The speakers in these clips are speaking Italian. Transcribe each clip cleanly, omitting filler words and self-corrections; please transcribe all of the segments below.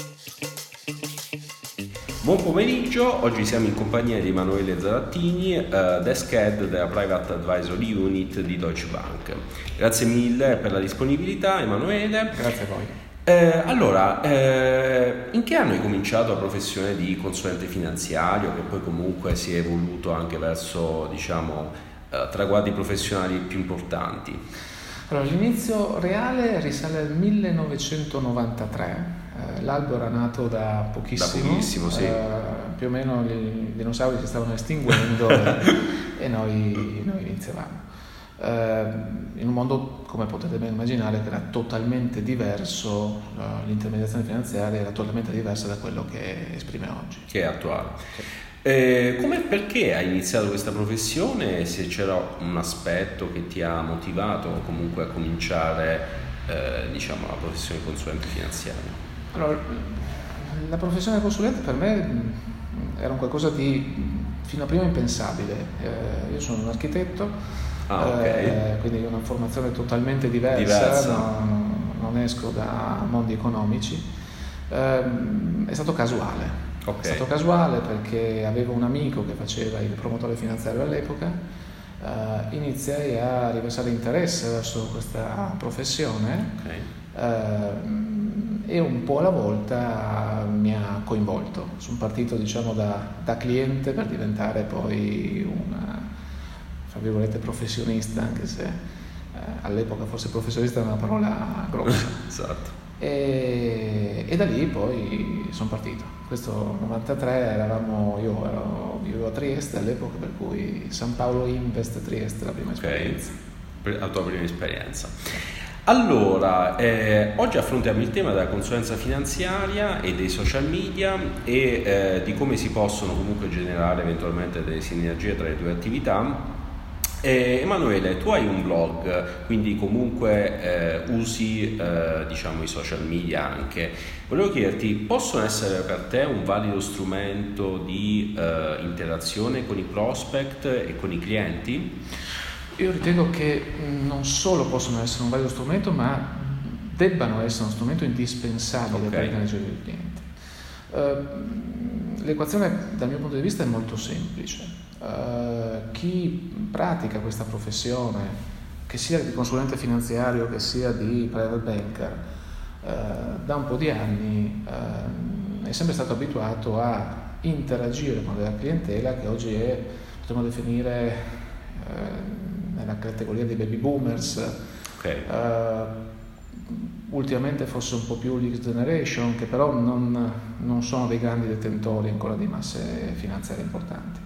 Buon pomeriggio, oggi siamo in compagnia di Emanuele Zarattini, Desk Head della Private Advisory Unit di Deutsche Bank. Grazie mille per la disponibilità, Emanuele. Grazie a voi. In che anno hai cominciato la professione di consulente finanziario, che poi comunque si è evoluto anche verso, traguardi professionali più importanti? Allora, l'inizio reale risale al 1993, l'albo era nato da pochissimo, sì. Più o meno i dinosauri si stavano estinguendo e noi iniziavamo. In un mondo, come potete ben immaginare, che era totalmente diverso, l'intermediazione finanziaria era totalmente diversa da quello che esprime oggi. Che è attuale. Perché hai iniziato questa professione? Se c'era un aspetto che ti ha motivato comunque a cominciare la professione di consulente finanziario? Allora, la professione di consulente per me era un qualcosa di fino a prima impensabile. Io sono un architetto, quindi una formazione totalmente diversa. Non esco da mondi economici. È stato casuale. È stato casuale perché avevo un amico che faceva il promotore finanziario all'epoca, iniziai a riversare interesse verso questa professione e un po' alla volta mi ha coinvolto. Sono partito da cliente per diventare poi fra virgolette professionista, anche se all'epoca forse professionista è una parola grossa. Esatto. E da lì poi sono partito. Questo 93 io vivevo a Trieste all'epoca, per cui San Paolo Invest Trieste la prima esperienza. La tua prima esperienza. Allora, oggi affrontiamo il tema della consulenza finanziaria e dei social media e di come si possono comunque generare eventualmente delle sinergie tra le due attività. Emanuele, tu hai un blog, quindi comunque usi i social media anche. Volevo chiederti, possono essere per te un valido strumento di interazione con i prospect e con i clienti? Io ritengo che non solo possono essere un valido strumento, ma debbano essere uno strumento indispensabile per il management dei clienti. L'equazione dal mio punto di vista è molto semplice. Chi pratica questa professione, che sia di consulente finanziario che sia di private banker, da un po' di anni è sempre stato abituato a interagire con della clientela che oggi potremmo definire nella categoria dei baby boomers, ultimamente forse un po' più l'X generation, che però non sono dei grandi detentori ancora di masse finanziarie importanti.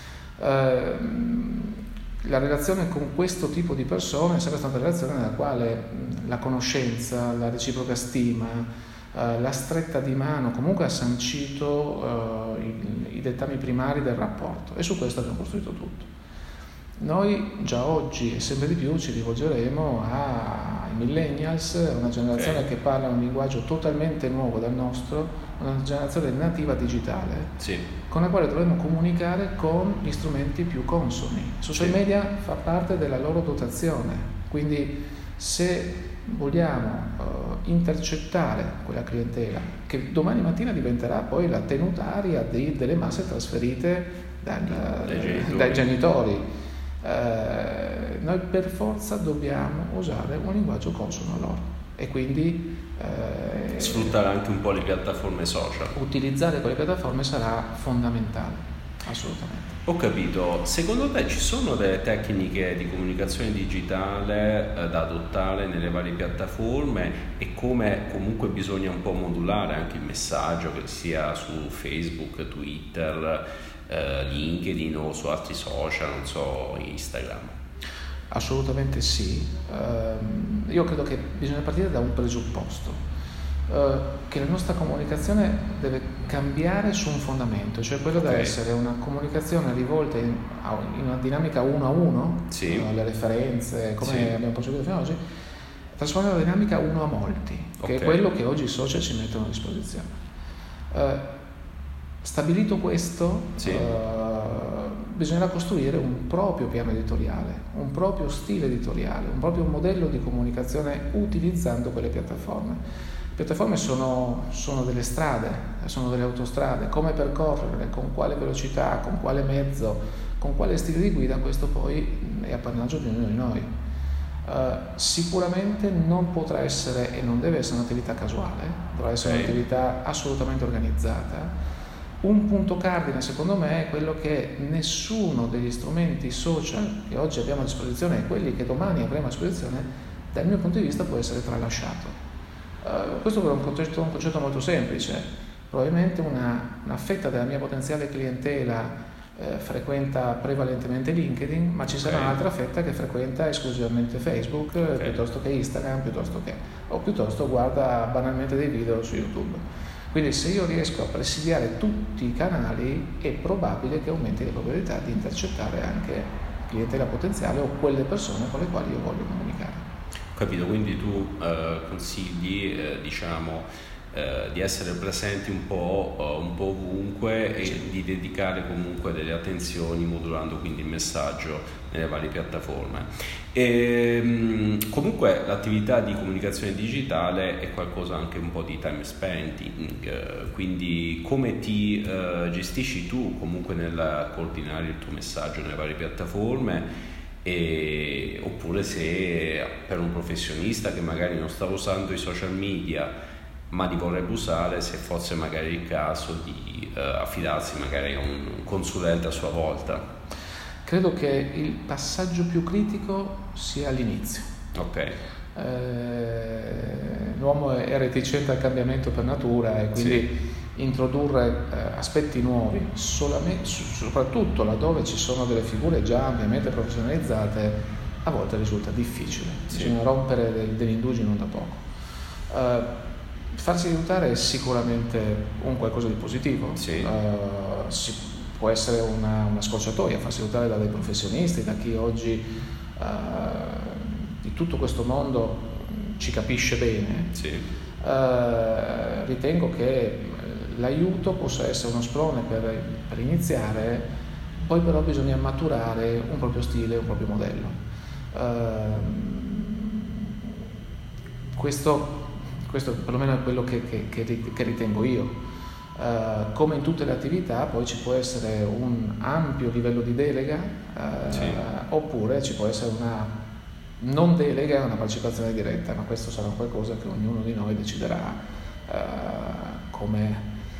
La relazione con questo tipo di persone è sempre stata una relazione nella quale la conoscenza, la reciproca stima, la stretta di mano comunque ha sancito i dettami primari del rapporto, e su questo abbiamo costruito tutto. Noi già oggi e sempre di più ci rivolgeremo ai millennials, una generazione che parla un linguaggio totalmente nuovo dal nostro, una generazione nativa digitale, con la quale dovremo comunicare con gli strumenti più consoni. Social media fa parte della loro dotazione, quindi se vogliamo intercettare quella clientela che domani mattina diventerà poi la tenutaria delle masse trasferite dai genitori, noi per forza dobbiamo usare un linguaggio consono a loro e quindi sfruttare anche un po' le piattaforme social. Utilizzare quelle piattaforme sarà fondamentale, assolutamente. Ho capito. Secondo te ci sono delle tecniche di comunicazione digitale da adottare nelle varie piattaforme e come comunque bisogna un po' modulare anche il messaggio, che sia su Facebook, Twitter, LinkedIn o su altri social, non so, Instagram? Assolutamente sì. Io credo che bisogna partire da un presupposto, che la nostra comunicazione deve cambiare su un fondamento, cioè quello da essere una comunicazione rivolta in una dinamica uno a uno, le referenze, come abbiamo proceduto fino ad oggi, trasformare la dinamica uno a molti, che è quello che oggi i social ci mettono a disposizione. Stabilito questo, bisognerà costruire un proprio piano editoriale, un proprio stile editoriale, un proprio modello di comunicazione utilizzando quelle piattaforme, piattaforme sono delle strade, sono delle autostrade, come percorrere, con quale velocità, con quale mezzo, con quale stile di guida, questo poi è appannaggio di ognuno di noi. Sicuramente non potrà essere e non deve essere un'attività casuale, dovrà essere un'attività assolutamente organizzata. Un punto cardine secondo me è quello che nessuno degli strumenti social che oggi abbiamo a disposizione e quelli che domani avremo a disposizione, dal mio punto di vista, può essere tralasciato. Questo è un concetto molto semplice. Probabilmente una fetta della mia potenziale clientela frequenta prevalentemente LinkedIn, ma ci sarà un'altra fetta che frequenta esclusivamente Facebook, piuttosto che Instagram, piuttosto guarda banalmente dei video su YouTube. Quindi se io riesco a presidiare tutti i canali è probabile che aumenti le probabilità di intercettare anche clientela potenziale o quelle persone con le quali io voglio comunicare. Capito, quindi tu consigli di essere presenti un po' ovunque e di dedicare comunque delle attenzioni modulando quindi il messaggio nelle varie piattaforme. E comunque l'attività di comunicazione digitale è qualcosa anche un po' di time spending, quindi come ti gestisci tu comunque nel coordinare il tuo messaggio nelle varie piattaforme? Oppure se per un professionista che magari non sta usando i social media ma li vorrebbe usare, se fosse magari il caso di affidarsi magari a un consulente a sua volta. Credo che il passaggio più critico sia all'inizio. L'uomo è reticente al cambiamento per natura e quindi introdurre aspetti nuovi, soprattutto laddove ci sono delle figure già ampiamente professionalizzate, a volte risulta difficile. Bisogna rompere degli indugi non da poco. Farsi aiutare è sicuramente un qualcosa di positivo. Può essere una scorciatoia, farsi aiutare da dei professionisti, da chi oggi di tutto questo mondo ci capisce bene. Ritengo che l'aiuto possa essere uno sprone per iniziare, poi però bisogna maturare un proprio stile, un proprio modello. Questo perlomeno è quello che ritengo io. Come in tutte le attività poi ci può essere un ampio livello di delega, oppure ci può essere una non delega, una partecipazione diretta, ma questo sarà qualcosa che ognuno di noi deciderà come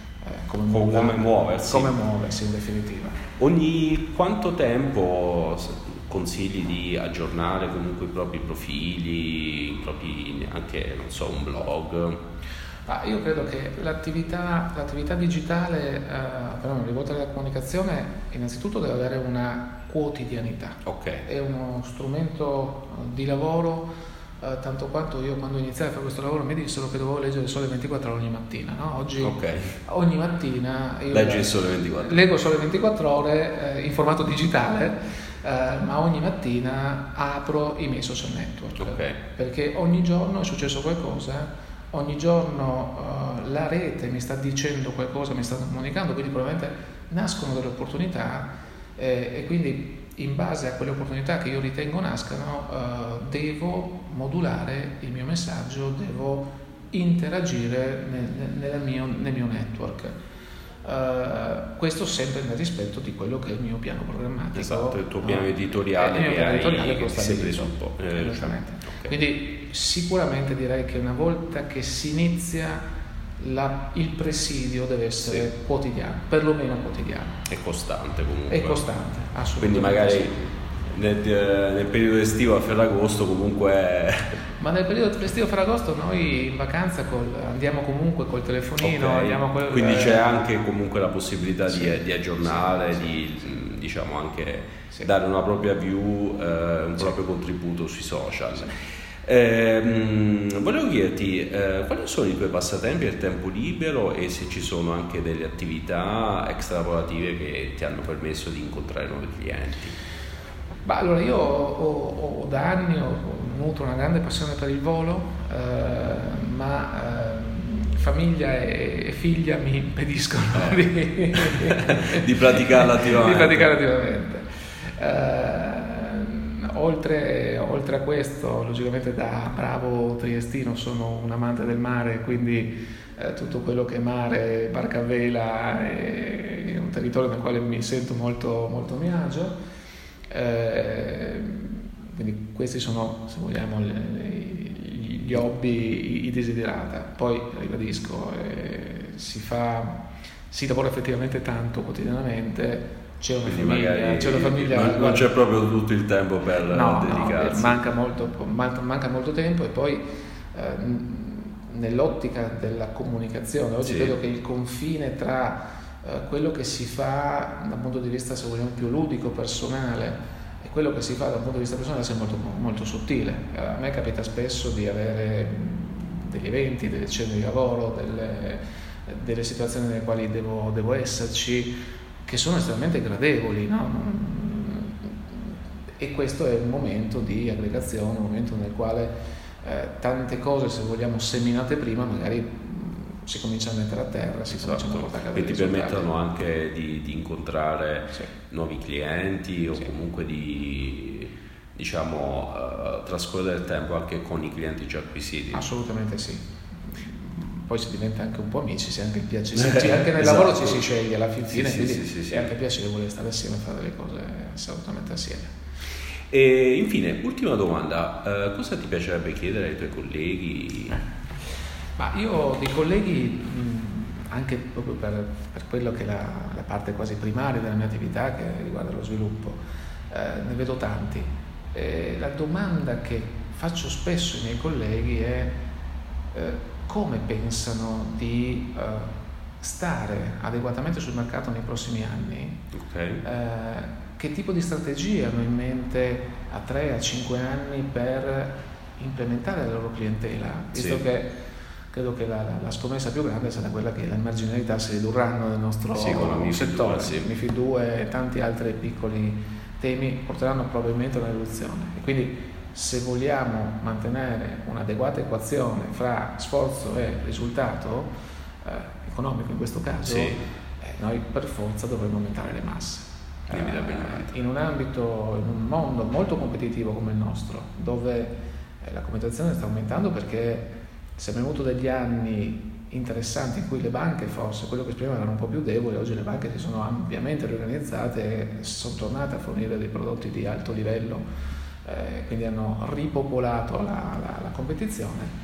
muoversi in definitiva. Ogni quanto tempo consigli di aggiornare comunque i propri profili, anche un blog? Io credo che l'attività digitale, però rivolta alla comunicazione, innanzitutto deve avere una quotidianità. È uno strumento di lavoro, tanto quanto io quando iniziai a fare questo lavoro mi dissero che dovevo leggere il Sole 24 ore ogni mattina, no? Oggi ogni mattina io leggi il Sole 24 leggo Sole 24 ore in formato digitale, ma ogni mattina apro i miei social network, perché ogni giorno è successo qualcosa. Ogni giorno la rete mi sta dicendo qualcosa, mi sta comunicando, quindi probabilmente nascono delle opportunità e quindi in base a quelle opportunità che io ritengo nascano devo modulare il mio messaggio, devo interagire nel mio network. Questo sempre nel rispetto di quello che è il mio piano programmatico. Esatto, il tuo piano editoriale che si è preso un po'. Quindi sicuramente direi che una volta che si inizia il presidio deve essere quotidiano, perlomeno quotidiano. È costante comunque. È costante, assolutamente. Quindi magari nel periodo estivo a Ferragosto comunque... Ma nel periodo estivo a Ferragosto noi in vacanza andiamo comunque col telefonino, quindi c'è anche comunque la possibilità di aggiornare, di diciamo anche dare una propria view, un proprio contributo sui social. Volevo chiederti quali sono i tuoi passatempi al tempo libero e se ci sono anche delle attività extralavorative che ti hanno permesso di incontrare nuovi clienti. Allora io ho da anni nutro una grande passione per il volo, ma famiglia e figlia mi impediscono di praticarla attivamente. oltre a questo, logicamente da bravo triestino sono un amante del mare, quindi tutto quello che è mare, barca a vela è un territorio nel quale mi sento molto, molto a mio agio. Quindi questi sono, se vogliamo, gli hobby, i desiderata. Poi ribadisco, si lavora effettivamente tanto quotidianamente. C'è una famiglia, non c'è proprio tutto il tempo per dedicarsi. Manca molto tempo, e poi nell'ottica della comunicazione oggi credo che il confine tra quello che si fa dal punto di vista, se vogliamo, più ludico, personale, e quello che si fa dal punto di vista personale sia molto, molto sottile. A me capita spesso di avere degli eventi, delle cene di lavoro, delle situazioni nelle quali devo esserci, che sono estremamente gradevoli, no? E questo è un momento di aggregazione, un momento nel quale tante cose, se vogliamo, seminate prima, magari si comincia a mettere a terra, si cominciano a portare a casa. E ti permettono anche di incontrare nuovi clienti o comunque di trascorrere il tempo anche con i clienti già acquisiti. Assolutamente sì. Poi si diventa anche un po' amici, si ha anche il piacere, anche nel lavoro ci si sceglie alla fine, è anche piacevole stare assieme e fare delle cose assolutamente assieme. E infine, ultima domanda, cosa ti piacerebbe chiedere ai tuoi colleghi? Ma io dei colleghi, anche proprio per quello che è la parte quasi primaria della mia attività, che riguarda lo sviluppo, ne vedo tanti. La domanda che faccio spesso ai miei colleghi è come pensano di stare adeguatamente sul mercato nei prossimi anni, che tipo di strategie hanno in mente a 3, a 5 anni per implementare la loro clientela, visto che credo che la scommessa più grande sarà quella che le marginalità si ridurranno nel nostro settore. MiFID 2 e tanti altri piccoli temi porteranno probabilmente a una riduzione, e quindi se vogliamo mantenere un'adeguata equazione fra sforzo e risultato economico in questo caso, noi per forza dovremmo aumentare le masse. In un mondo molto competitivo come il nostro, dove la competizione sta aumentando, perché se abbiamo avuto degli anni interessanti in cui le banche, forse quello che prima erano un po' più deboli, oggi le banche si sono ampiamente riorganizzate e sono tornate a fornire dei prodotti di alto livello, quindi hanno ripopolato la competizione.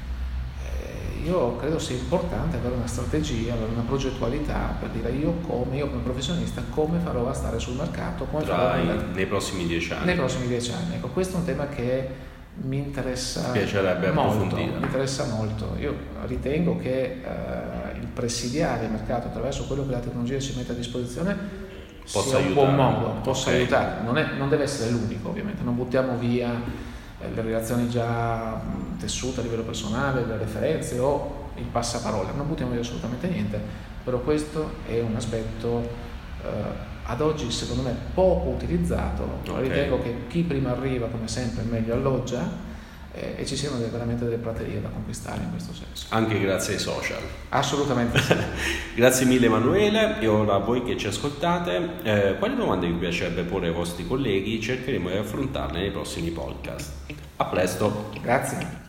Io credo sia importante avere una strategia, avere una progettualità per dire io come professionista come farò a stare sul mercato, nei prossimi 10 anni. Ecco, questo è un tema che mi interessa molto. Io ritengo che il presidiare il mercato attraverso quello che la tecnologia ci mette a disposizione sia un buon modo, possa aiutare. Non deve essere l'unico, ovviamente, non buttiamo via le relazioni già tessute a livello personale, le referenze o il passaparola, non buttiamo via assolutamente niente, però questo è un aspetto ad oggi secondo me poco utilizzato. Ritengo che chi prima arriva, come sempre, meglio alloggia, e ci siano veramente delle praterie da conquistare in questo senso. Anche grazie ai social. Assolutamente sì. Grazie mille Emanuele, e ora a voi che ci ascoltate, quali domande vi piacerebbe porre ai vostri colleghi? Cercheremo di affrontarle nei prossimi podcast. A presto. Grazie.